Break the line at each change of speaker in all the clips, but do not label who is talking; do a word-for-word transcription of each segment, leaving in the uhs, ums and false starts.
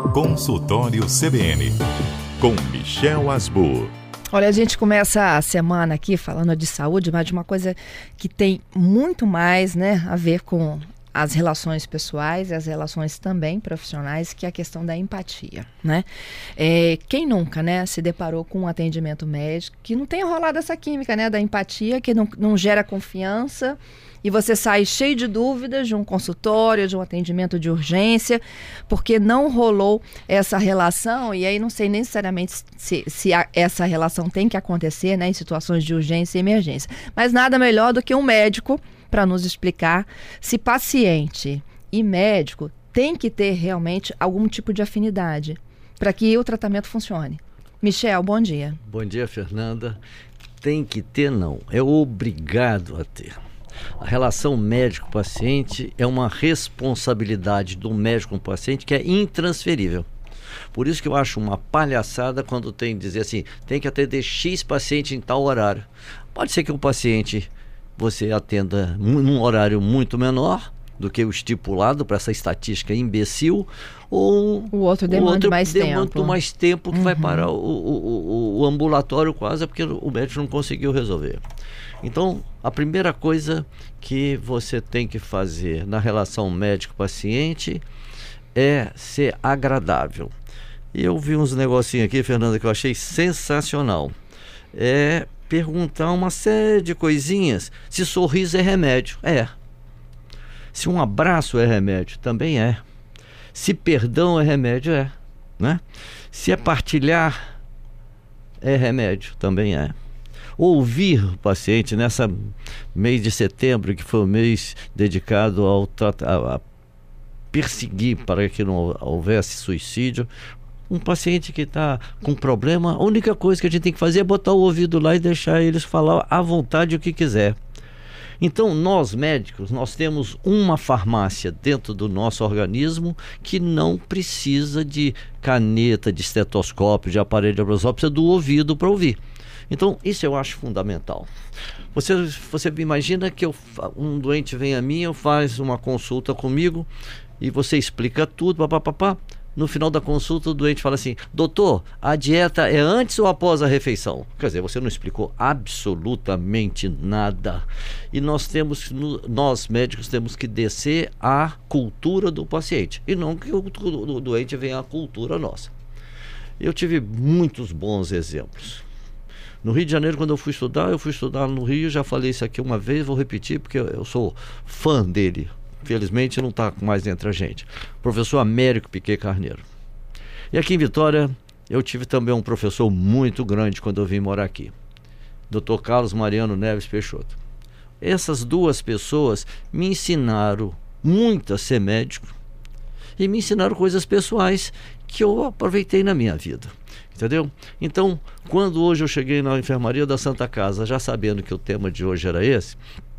Consultório C B N, com Michel Asbur.
Olha, a gente começa a semana aqui falando de saúde, mas de uma coisa que tem muito mais, né, a ver com as relações pessoais e as relações também profissionais, que é a questão da empatia, né? É, quem nunca, né, se deparou com um atendimento médico que não tem rolado essa química, né, da empatia, que não, não gera confiança, e você sai cheio de dúvidas de um consultório, de um atendimento de urgência, porque não rolou essa relação, e aí não sei necessariamente se, se a, essa relação tem que acontecer, né, em situações de urgência e emergência. Mas nada melhor do que um médico para nos explicar se paciente e médico tem que ter realmente algum tipo de afinidade para que o tratamento funcione. Michel, bom dia.
Bom dia, Fernanda. Tem que ter, não. É obrigado a ter. A relação médico-paciente é uma responsabilidade do médico com o paciente que é intransferível. Por isso que eu acho uma palhaçada quando tem que dizer assim, tem que atender X paciente em tal horário. Pode ser que o paciente você atenda num horário muito menor do que o estipulado para essa estatística imbecil, ou
o outro demanda o outro mais
demanda
tempo.
muito mais tempo que
Uhum.
vai parar o, o, o, o ambulatório quase, porque o médico não conseguiu resolver. Então, a primeira coisa que você tem que fazer na relação médico-paciente é ser agradável. E eu vi uns negocinhos aqui, Fernanda, que eu achei sensacional. É perguntar uma série de coisinhas. Se sorriso é remédio, é. Se um abraço é remédio, também é. Se perdão é remédio, é, né? Se é partilhar é remédio, também é. Ouvir o paciente nessa mês de setembro, que foi o mês dedicado ao a, a perseguir para que não houvesse suicídio. Um paciente que está com problema, a única coisa que a gente tem que fazer é botar o ouvido lá e deixar eles falar à vontade o que quiser. Então, nós médicos, nós temos uma farmácia dentro do nosso organismo que não precisa de caneta, de estetoscópio, de aparelho de abrasópio, precisa do ouvido para ouvir. Então, isso eu acho fundamental. Você, você imagina que eu, um doente vem a mim, eu faço uma consulta comigo e você explica tudo, papapá. No final da consulta, o doente fala assim, doutor, a dieta é antes ou após a refeição? Quer dizer, você não explicou absolutamente nada. E nós temos, nós médicos temos que descer à cultura do paciente. E não que o, o doente venha à cultura nossa. Eu tive muitos bons exemplos. No Rio de Janeiro, quando eu fui estudar, eu fui estudar no Rio, já falei isso aqui uma vez, vou repetir, porque eu sou fã dele. Felizmente não está mais entre a gente. Professor Américo Piquet Carneiro. E aqui em Vitória, eu tive também um professor muito grande quando eu vim morar aqui. doutor Carlos Mariano Neves Peixoto. Essas duas pessoas me ensinaram muito a ser médico e me ensinaram coisas pessoais que eu aproveitei na minha vida. Entendeu? Então, quando hoje eu cheguei na enfermaria da Santa Casa, já sabendo que o tema de hoje era esse,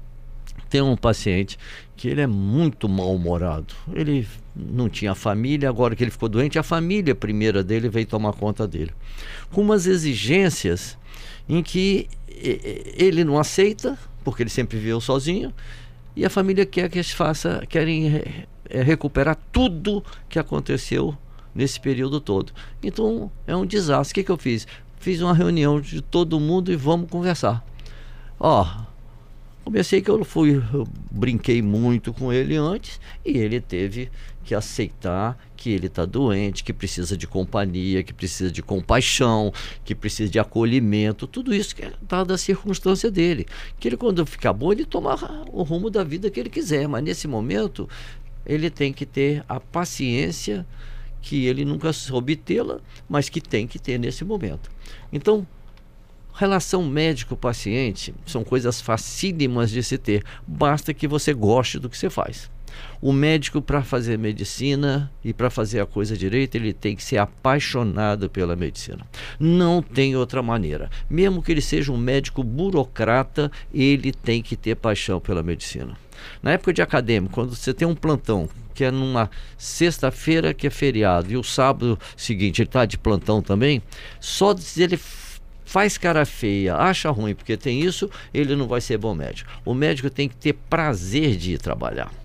tem um paciente que ele é muito mal-humorado. Ele não tinha família, agora que ele ficou doente, a família primeira dele veio tomar conta dele. Com umas exigências em que ele não aceita, porque ele sempre viveu sozinho, e a família quer que eles faça, querem recuperar tudo que aconteceu nesse período todo. Então é um desastre. O que, que eu fiz? Fiz uma reunião de todo mundo e vamos conversar. Ó, comecei que eu fui, eu brinquei muito com ele antes e ele teve que aceitar que ele está doente, que precisa de companhia, que precisa de compaixão, que precisa de acolhimento, tudo isso que é dada a circunstância dele. Que ele, quando ficar bom, ele toma o rumo da vida que ele quiser, mas nesse momento ele tem que ter a paciência que ele nunca soube tê-la, mas que tem que ter nesse momento. Então, relação médico-paciente são coisas facílimas de se ter, basta que você goste do que você faz. O médico, para fazer medicina e para fazer a coisa direita, ele tem que ser apaixonado pela medicina. Não tem outra maneira. Mesmo que ele seja um médico burocrata, ele tem que ter paixão pela medicina. Na época de acadêmico, quando você tem um plantão, que é numa sexta-feira que é feriado, e o sábado seguinte ele está de plantão também, só se ele faz cara feia, acha ruim porque tem isso, ele não vai ser bom médico. O médico tem que ter prazer de ir trabalhar.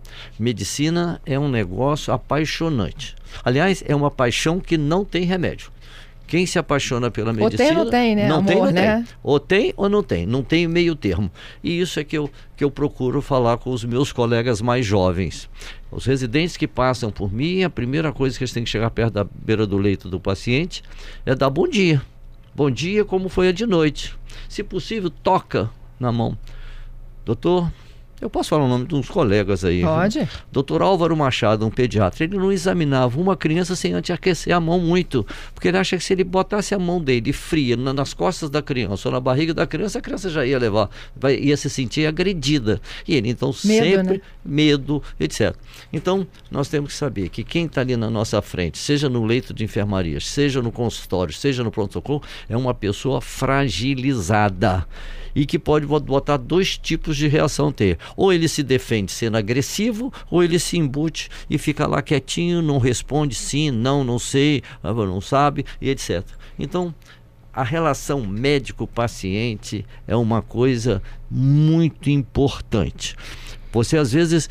Medicina é um negócio apaixonante. Aliás, é uma paixão que não tem remédio. Quem se apaixona pela medicina...
Ou tem ou não tem, né?
Não
Amor,
tem, não
né?
tem. Ou tem ou não tem. Não tem meio termo. E isso é que eu, que eu procuro falar com os meus colegas mais jovens. Os residentes que passam por mim, a primeira coisa que eles têm que chegar perto da beira do leito do paciente é dar bom dia. Bom dia, como foi a de noite. Se possível, toca na mão. Doutor... Eu posso falar o nome de uns colegas aí.
Pode.
Viu? doutor Álvaro Machado, um pediatra, ele não examinava uma criança sem antes aquecer a mão muito, porque ele acha que se ele botasse a mão dele fria na, nas costas da criança ou na barriga da criança, a criança já ia levar, vai, ia se sentir agredida. E ele então
Medo,
sempre,
né?
medo, etcétera. Então, nós temos que saber que quem está ali na nossa frente, seja no leito de enfermaria, seja no consultório, seja no pronto-socorro, é uma pessoa fragilizada. E que pode botar dois tipos de reação ter. Ou ele se defende sendo agressivo, ou ele se embute e fica lá quietinho, não responde sim, não, não sei, não sabe, e etcétera. Então, a relação médico-paciente é uma coisa muito importante. Você, às vezes...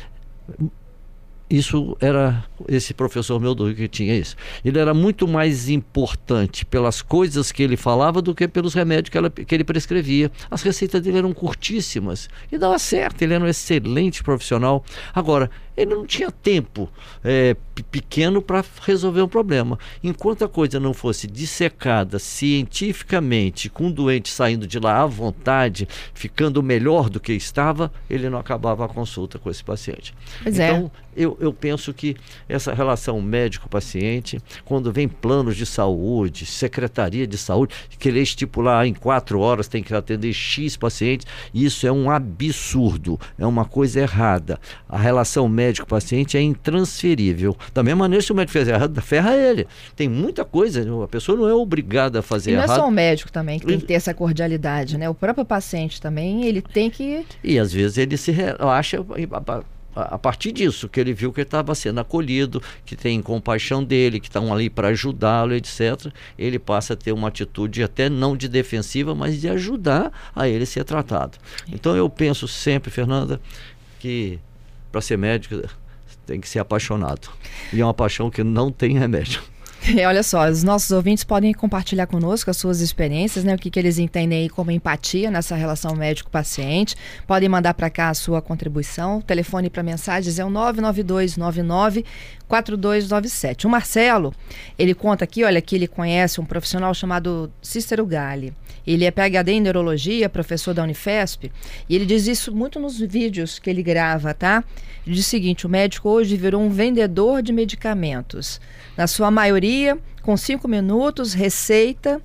Isso era esse professor meu do Rio que tinha isso. Ele era muito mais importante pelas coisas que ele falava do que pelos remédios que, ela, que ele prescrevia. As receitas dele eram curtíssimas e dava certo, ele era um excelente profissional. Agora, ele não tinha tempo é, pequeno para resolver um problema. Enquanto a coisa não fosse dissecada cientificamente, com o doente saindo de lá à vontade, ficando melhor do que estava, ele não acabava a consulta com esse paciente.
Pois
então,
é.
eu, eu penso que essa relação médico-paciente, quando vem planos de saúde, secretaria de saúde, que ele estipular em quatro horas tem que atender X pacientes, isso é um absurdo, é uma coisa errada. A relação médico-paciente é intransferível. Da mesma maneira, se o médico fizer errado, ferra ele. Tem muita coisa, a pessoa não é obrigada a fazer
e não
errado.
é só o médico também que tem que ter essa cordialidade, né? O próprio paciente também, ele tem que...
E às vezes ele se relaxa a partir disso, que ele viu que ele estava sendo acolhido, que tem compaixão dele, que estão ali para ajudá-lo, etcétera. Ele passa a ter uma atitude até não de defensiva, mas de ajudar a ele ser tratado. Então eu penso sempre, Fernanda, que para ser médico tem que ser apaixonado. E é uma paixão que não tem remédio.
Olha só, os nossos ouvintes podem compartilhar conosco as suas experiências, né? O que, que eles entendem aí como empatia nessa relação médico-paciente. Podem mandar para cá a sua contribuição. O telefone para mensagens é o nove nove dois nove nove quatro dois nove sete. O Marcelo, ele conta aqui, olha, que ele conhece um profissional chamado Cícero Galli. Ele é P H D em neurologia, professor da Unifesp, e ele diz isso muito nos vídeos que ele grava, tá? Ele diz o seguinte: o médico hoje virou um vendedor de medicamentos. Na sua maioria, com cinco minutos, receita,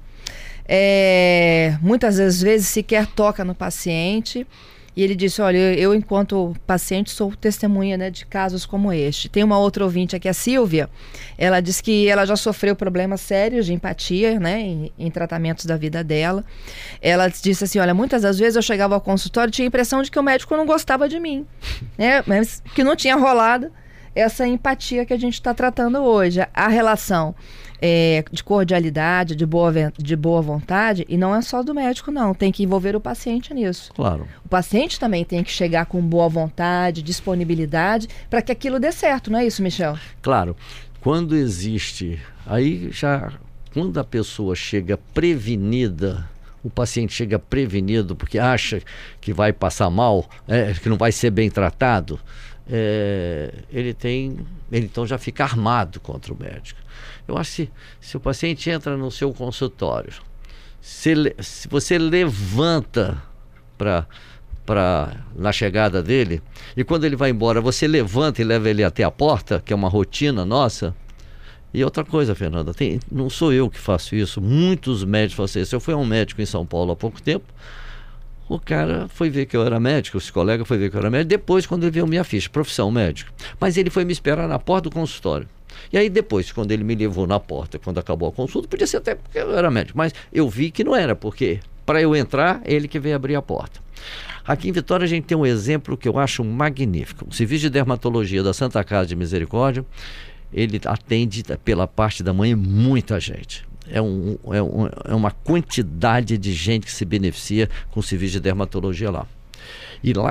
é, muitas das vezes sequer toca no paciente. E ele disse, olha, eu enquanto paciente sou testemunha, né, de casos como este. Tem uma outra ouvinte aqui, a Silvia, ela diz que ela já sofreu problemas sérios de empatia, né, em, em tratamentos da vida dela. Ela disse assim, olha, muitas das vezes eu chegava ao consultório e tinha a impressão de que o médico não gostava de mim, né, mas que não tinha rolado essa empatia que a gente está tratando hoje. A relação é, de cordialidade, de boa, de boa vontade, e não é só do médico, não. Tem que envolver o paciente nisso.
Claro.
O paciente também tem que chegar com boa vontade, disponibilidade, para que aquilo dê certo, não é isso, Michel?
Claro. Quando existe... Aí já... Quando a pessoa chega prevenida... O paciente chega prevenido porque acha que vai passar mal, é, que não vai ser bem tratado... É, ele tem, ele então já fica armado contra o médico. Eu acho que se, se o paciente entra no seu consultório, se, se você levanta para para na chegada dele, e quando ele vai embora, você levanta e leva ele até a porta, que é uma rotina nossa. E outra coisa, Fernanda, tem, não sou eu que faço isso, muitos médicos fazem isso. Eu fui a um médico em São Paulo há pouco tempo. O cara foi ver que eu era médico, esse colega foi ver que eu era médico, depois quando ele viu minha ficha, profissão médico. Mas ele foi me esperar na porta do consultório. E aí depois, quando ele me levou na porta, quando acabou a consulta, podia ser até porque eu era médico, mas eu vi que não era, porque para eu entrar, ele que veio abrir a porta. Aqui em Vitória a gente tem um exemplo que eu acho magnífico. O Serviço de Dermatologia da Santa Casa de Misericórdia, ele atende pela parte da manhã muita gente. É, um, é, um, é uma quantidade de gente que se beneficia com o serviço de dermatologia lá. E lá,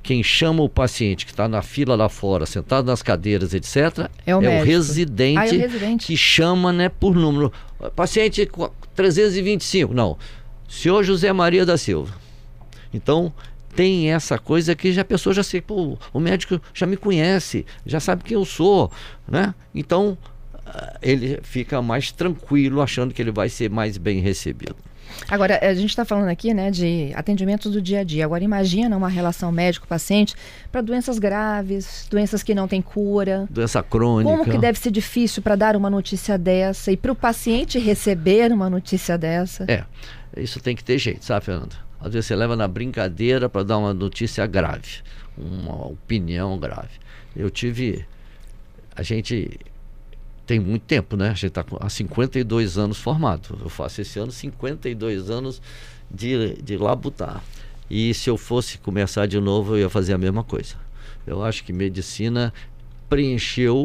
quem chama o paciente que está na fila lá fora, sentado nas cadeiras, etcétera,
é o,
é o residente,
ah, é o residente
que chama, né, por número. Paciente trezentos e vinte e cinco, não, senhor José Maria da Silva. Então, tem essa coisa que já a pessoa já sei, pô, o médico já me conhece, já sabe quem eu sou, né? Então, ele fica mais tranquilo, achando que ele vai ser mais bem recebido.
Agora, a gente está falando aqui, né, de atendimento do dia a dia. Agora, imagina uma relação médico-paciente para doenças graves, doenças que não têm cura.
Doença crônica.
Como que deve ser difícil para dar uma notícia dessa e para o paciente receber uma notícia dessa?
É, isso tem que ter jeito, sabe, Fernanda? Às vezes você leva na brincadeira para dar uma notícia grave, uma opinião grave. Eu tive... A gente... Tem muito tempo, né? A gente está há cinquenta e dois anos formado. Eu faço esse ano cinquenta e dois anos de, de labutar. E se eu fosse começar de novo, eu ia fazer a mesma coisa. Eu acho que medicina preencheu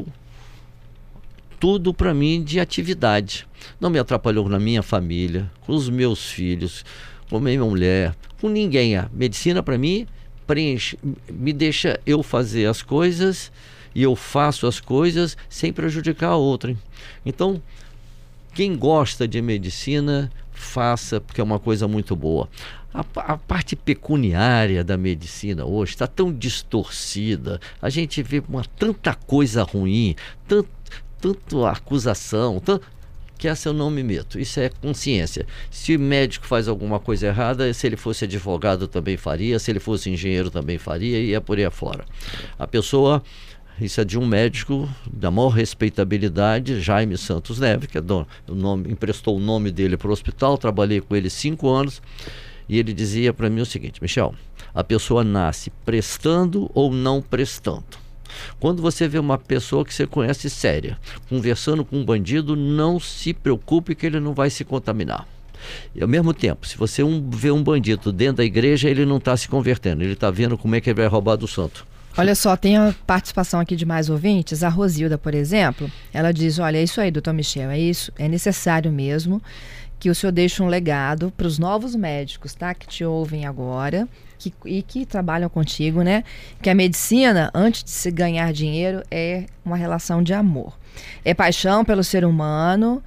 tudo para mim de atividade. Não me atrapalhou na minha família, com os meus filhos, com a minha mulher, com ninguém. A medicina para mim preenche, me deixa eu fazer as coisas... E eu faço as coisas sem prejudicar a outra. Então, quem gosta de medicina, faça, porque é uma coisa muito boa. A, a parte pecuniária da medicina hoje está tão distorcida. A gente vê uma, tanta coisa ruim, tanto, tanto acusação, tanto, que essa eu não me meto. Isso é consciência. Se o médico faz alguma coisa errada, se ele fosse advogado também faria, se ele fosse engenheiro também faria, e é por aí afora. A pessoa... Isso é de um médico da maior respeitabilidade, Jaime Santos Neves, que é dono, o nome, emprestou o nome dele para o hospital, trabalhei com ele cinco anos, e ele dizia para mim o seguinte: Michel, a pessoa nasce prestando ou não prestando. Quando você vê uma pessoa que você conhece séria, conversando com um bandido, não se preocupe que ele não vai se contaminar. E ao mesmo tempo, se você um, vê um bandido dentro da igreja, ele não está se convertendo, ele está vendo como é que ele vai roubar do santo.
Olha só, tem a participação aqui de mais ouvintes. A Rosilda, por exemplo, ela diz: olha, é isso aí, doutor Michel, é isso, é necessário mesmo que o senhor deixe um legado para os novos médicos, tá, que te ouvem agora que, e que trabalham contigo, né? Que a medicina, antes de se ganhar dinheiro, é uma relação de amor. É paixão pelo ser humano,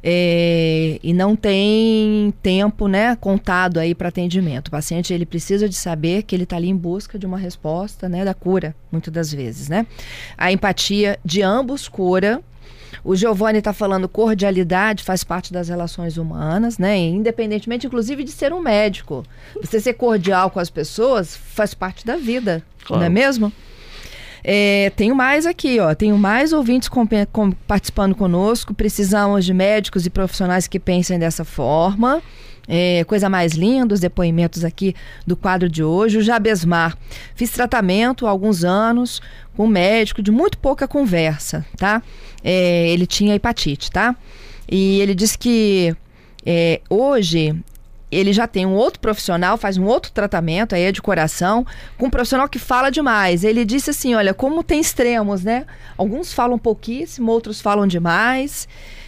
é, e não tem tempo, né, contado aí para atendimento. O paciente, ele precisa de saber que ele está ali em busca de uma resposta, né, da cura, muitas das vezes, né? A empatia de ambos cura. O Giovanni está falando cordialidade faz parte das relações humanas, né? Independentemente, inclusive, de ser um médico. Você ser cordial com as pessoas faz parte da vida, claro. Não é mesmo? É, tenho mais aqui, ó. Tenho mais ouvintes com, com, participando conosco. Precisamos de médicos e profissionais que pensem dessa forma. É, coisa mais linda, os depoimentos aqui do quadro de hoje. O Jabesmar: fiz tratamento há alguns anos com um médico de muito pouca conversa, tá? É, ele tinha hepatite, tá? E ele disse que é, hoje ele já tem um outro profissional, faz um outro tratamento, aí é de coração, com um profissional que fala demais. Ele disse assim, olha, como tem extremos, né? Alguns falam pouquíssimo, outros falam demais.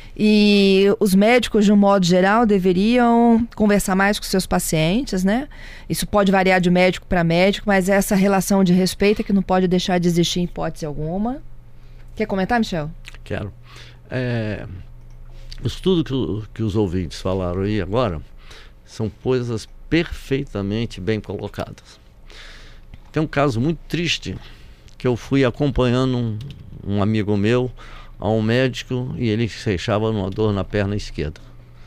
E os médicos, de um modo geral, deveriam conversar mais com seus pacientes, né? Isso pode variar de médico para médico, mas essa relação de respeito é que não pode deixar de existir em hipótese alguma. Quer comentar, Michel?
Quero. É, isso tudo que, o, que os ouvintes falaram aí agora são coisas perfeitamente bem colocadas. Tem um caso muito triste que eu fui acompanhando um, um amigo meu a um médico e ele se queixava numa dor na perna esquerda.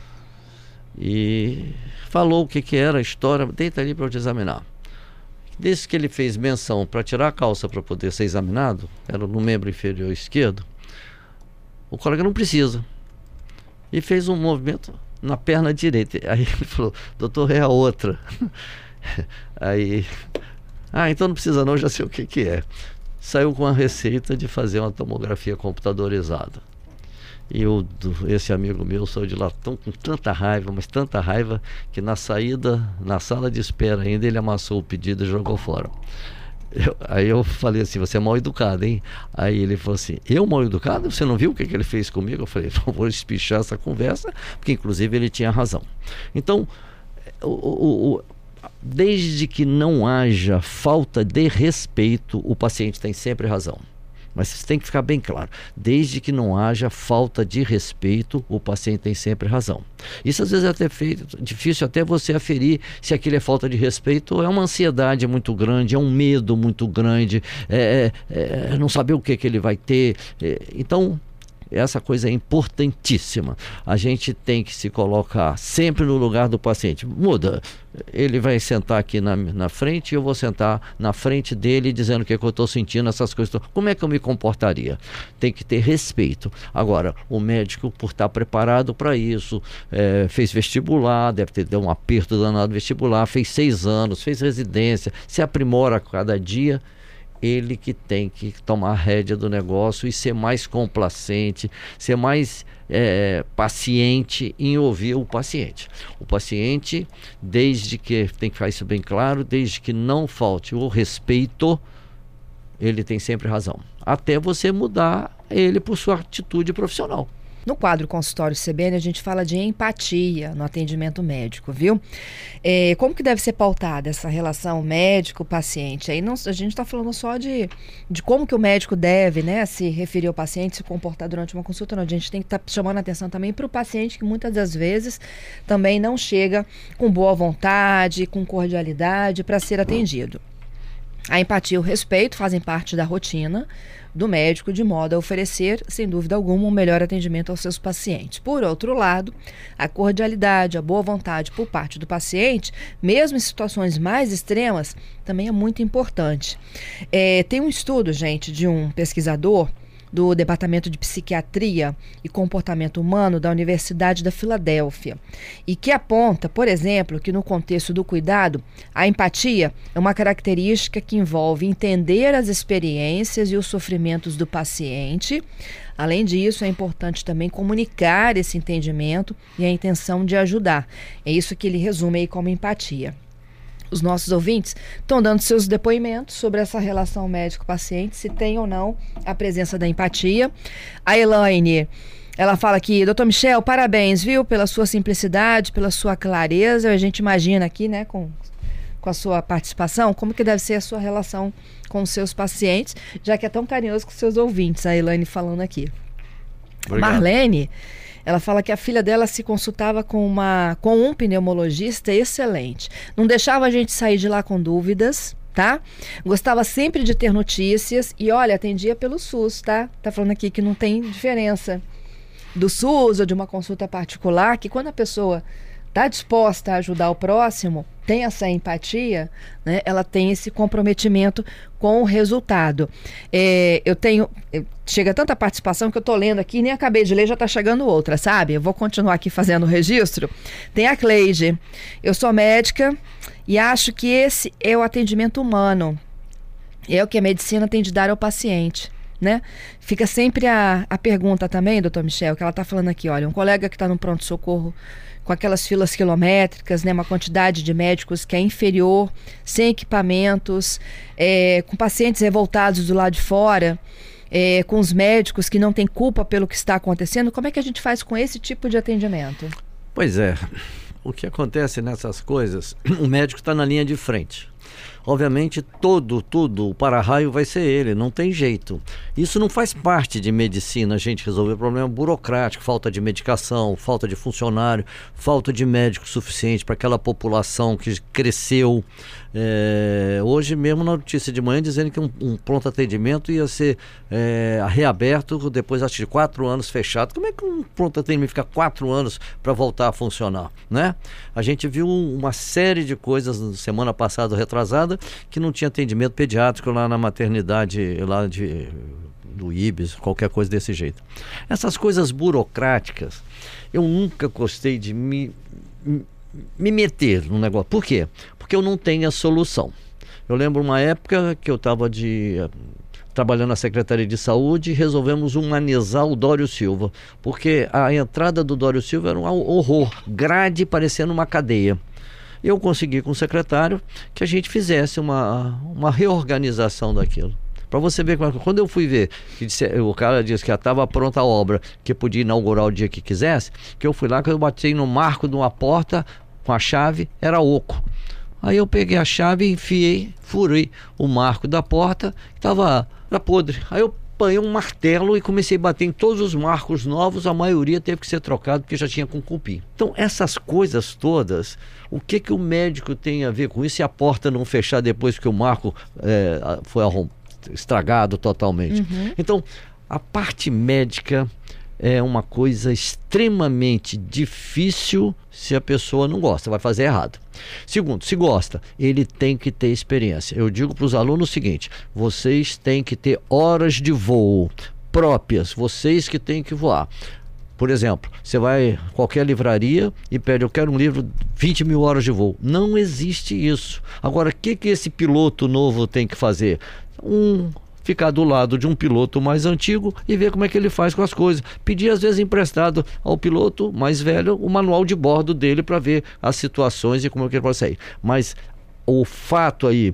E falou o que, que era a história, deita ali para eu te examinar. Desde que ele fez menção para tirar a calça para poder ser examinado, era no membro inferior esquerdo, o colega não precisa. E fez um movimento na perna direita. Aí ele falou, doutor, é a outra. Aí, ah, então não precisa não, já sei o que, que é. Saiu com a receita de fazer uma tomografia computadorizada. E eu, esse amigo meu saiu de lá tão, com tanta raiva, mas tanta raiva, que na saída, na sala de espera ainda, ele amassou o pedido e jogou fora. Eu, aí eu falei assim, você é mal educado, hein? Aí ele falou assim, eu mal educado? Você não viu o que, que ele fez comigo? Eu falei, não vou espichar essa conversa, porque inclusive ele tinha razão. Então, o, o, o, desde que não haja falta de respeito, o paciente tem sempre razão. Mas isso tem que ficar bem claro. Desde que não haja falta de respeito, o paciente tem sempre razão. Isso às vezes é até feito, difícil até você aferir se aquilo é falta de respeito ou é uma ansiedade muito grande, é um medo muito grande, é, é, é não saber o que, que ele vai ter. É, então, essa coisa é importantíssima. A gente tem que se colocar sempre no lugar do paciente. Muda. Ele vai sentar aqui na, na frente e eu vou sentar na frente dele dizendo o que, é que eu estou sentindo, essas coisas. Como é que eu me comportaria? Tem que ter respeito. Agora, o médico, por estar preparado para isso, é, fez vestibular, deve ter dado um aperto danado vestibular, fez seis anos, fez residência, se aprimora a cada dia. Ele que tem que tomar a rédea do negócio e ser mais complacente, ser mais é, paciente em ouvir o paciente. O paciente, desde que, tem que ficar isso bem claro, desde que não falte o respeito, ele tem sempre razão. Até você mudar ele por sua atitude profissional.
No quadro Consultório C B N, a gente fala de empatia no atendimento médico, viu? É, como que deve ser pautada essa relação médico-paciente? Aí não, a gente está falando só de, de como que o médico deve, né, se referir ao paciente, se comportar durante uma consulta. Não, a gente tem que estar tá chamando a atenção também para o paciente, que muitas das vezes também não chega com boa vontade, com cordialidade para ser atendido. A empatia e o respeito fazem parte da rotina do médico, de modo a oferecer, sem dúvida alguma, um melhor atendimento aos seus pacientes. Por outro lado, a cordialidade, a boa vontade por parte do paciente, mesmo em situações mais extremas, também é muito importante. É, tem um estudo, gente, de um pesquisador do Departamento de Psiquiatria e Comportamento Humano da Universidade da Filadélfia, e que aponta, por exemplo, que no contexto do cuidado, a empatia é uma característica que envolve entender as experiências e os sofrimentos do paciente. Além disso, é importante também comunicar esse entendimento e a intenção de ajudar. É isso que ele resume aí como empatia. Os nossos ouvintes estão dando seus depoimentos sobre essa relação médico-paciente, se tem ou não a presença da empatia. A Elaine, ela fala aqui: doutor Michel, parabéns, viu, pela sua simplicidade, pela sua clareza. A gente imagina aqui, né, com, com a sua participação, como que deve ser a sua relação com os seus pacientes, já que é tão carinhoso com os seus ouvintes, a Elaine falando aqui. Obrigado. Marlene, ela fala que a filha dela se consultava com, uma, com um pneumologista excelente. Não deixava a gente sair de lá com dúvidas, tá? Gostava sempre de ter notícias e, olha, atendia pelo SUS, tá? Tá falando aqui que não tem diferença do SUS ou de uma consulta particular, que quando a pessoa está disposta a ajudar o próximo, tem essa empatia, né? Ela tem esse comprometimento com o resultado. É, eu tenho... Eu, chega tanta participação que eu estou lendo aqui, nem acabei de ler, já está chegando outra, sabe? Eu vou continuar aqui fazendo o registro. Tem a Cleide. Eu sou médica e acho que esse é o atendimento humano. É o que a medicina tem de dar ao paciente, né? Fica sempre a, a pergunta também, doutor Michel, que ela está falando aqui, olha, um colega que está no pronto-socorro com aquelas filas quilométricas, né, uma quantidade de médicos que é inferior, sem equipamentos, é, com pacientes revoltados do lado de fora, é, com os médicos que não têm culpa pelo que está acontecendo. Como é que a gente faz com esse tipo de atendimento?
Pois é, o que acontece nessas coisas, o médico está na linha de frente. Obviamente, todo, tudo, o para-raio vai ser ele, não tem jeito. Isso não faz parte de medicina, a gente resolver problema burocrático, falta de medicação, falta de funcionário, falta de médico suficiente para aquela população que cresceu. É, hoje mesmo na notícia de manhã dizendo que um, um pronto atendimento ia ser é, reaberto depois acho de quatro anos fechado. Como é que um pronto atendimento fica quatro anos para voltar a funcionar, né? A gente viu uma série de coisas semana passada retrasada que não tinha atendimento pediátrico lá na maternidade lá de, do I B S, qualquer coisa desse jeito. Essas coisas burocráticas, eu nunca gostei de me, me meter no negócio. Por quê? Porque eu não tenho a solução. Eu lembro uma época que eu estava de... trabalhando na Secretaria de Saúde, resolvemos humanizar o Dório Silva, porque a entrada do Dório Silva era um horror, grade parecendo uma cadeia. Eu consegui com o secretário que a gente fizesse uma, uma reorganização daquilo. Para você ver, quando eu fui ver, que disse, o cara disse que já estava pronta a obra, que podia inaugurar o dia que quisesse, que eu fui lá, que eu bati no marco de uma porta com a chave, era oco. Aí eu peguei a chave, enfiei, furei o marco da porta, que estava podre. Aí eu apanhei um martelo e comecei a bater em todos os marcos novos, a maioria teve que ser trocado porque já tinha com cupim. Então essas coisas todas, o que que o médico tem a ver com isso, se a porta não fechar depois que o marco é, foi arrombado, estragado totalmente? Uhum. Então a parte médica é uma coisa extremamente difícil se a pessoa não gosta, vai fazer errado. Segundo, se gosta, ele tem que ter experiência. Eu digo para os alunos o seguinte: vocês têm que ter horas de voo próprias, vocês que têm que voar. Por exemplo, você vai a qualquer livraria e pede, eu quero um livro vinte mil horas de voo. Não existe isso. Agora, o que que esse piloto novo tem que fazer? Um... ficar do lado de um piloto mais antigo e ver como é que ele faz com as coisas. Pedir às vezes emprestado ao piloto mais velho o manual de bordo dele para ver as situações e como é que ele pode sair. Mas o fato aí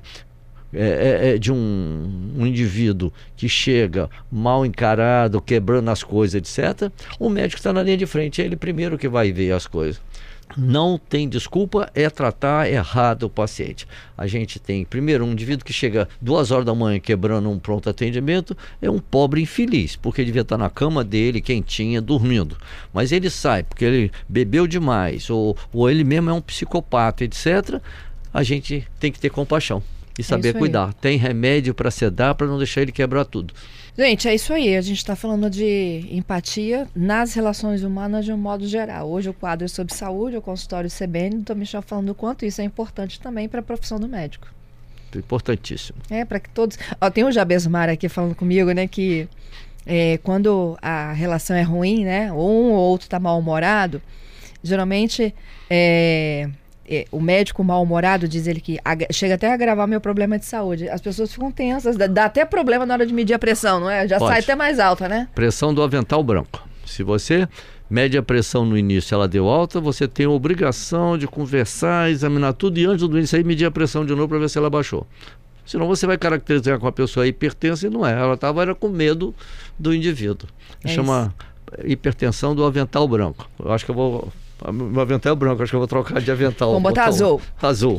é, é, é de um, um indivíduo que chega mal encarado, quebrando as coisas, etcétera, o médico está na linha de frente, é ele primeiro que vai ver as coisas. Não tem desculpa, é tratar errado o paciente. A gente tem, primeiro, um indivíduo que chega duas horas da manhã quebrando um pronto atendimento, é um pobre infeliz, porque devia estar na cama dele, quentinha, dormindo. Mas ele sai porque ele bebeu demais, ou, ou ele mesmo é um psicopata, etcétera. A gente tem que ter compaixão e saber
é
cuidar. Tem remédio para sedar, para não deixar ele quebrar tudo.
Gente, é isso aí. A gente está falando de empatia nas relações humanas de um modo geral. Hoje o quadro é sobre saúde, o consultório C B N. Estou me falando o quanto isso é importante também para a profissão do médico.
Importantíssimo.
É, para que todos... Ó, tem o Jabesmar aqui falando comigo, né, que é, quando a relação é ruim, né, ou um ou outro está mal-humorado, geralmente... É... o médico mal-humorado, diz ele que chega até a agravar meu problema de saúde. As pessoas ficam tensas, dá, dá até problema na hora de medir a pressão, não é? Já
Pode.
Sai até mais alta, né?
Pressão do avental branco. Se você mede a pressão no início, ela deu alta, você tem a obrigação de conversar, examinar tudo e antes do início aí medir a pressão de novo para ver se ela baixou. Senão você vai caracterizar com a pessoa hipertensa e não é. Ela estava era com medo do indivíduo. É Chama isso. Hipertensão do avental branco. Eu acho que eu vou... Meu avental é branco, acho que eu vou trocar de avental.
Vamos botar azul.
Azul.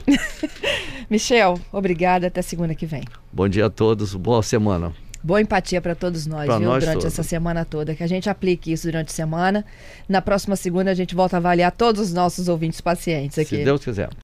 Michel, obrigada, até segunda que vem.
Bom dia a todos, boa semana.
Boa empatia para todos nós,
pra
viu?
Nós
durante
todos.
essa semana toda. Que a gente aplique isso durante a semana. Na próxima segunda a gente volta a avaliar todos os nossos ouvintes pacientes aqui.
Se Deus quiser.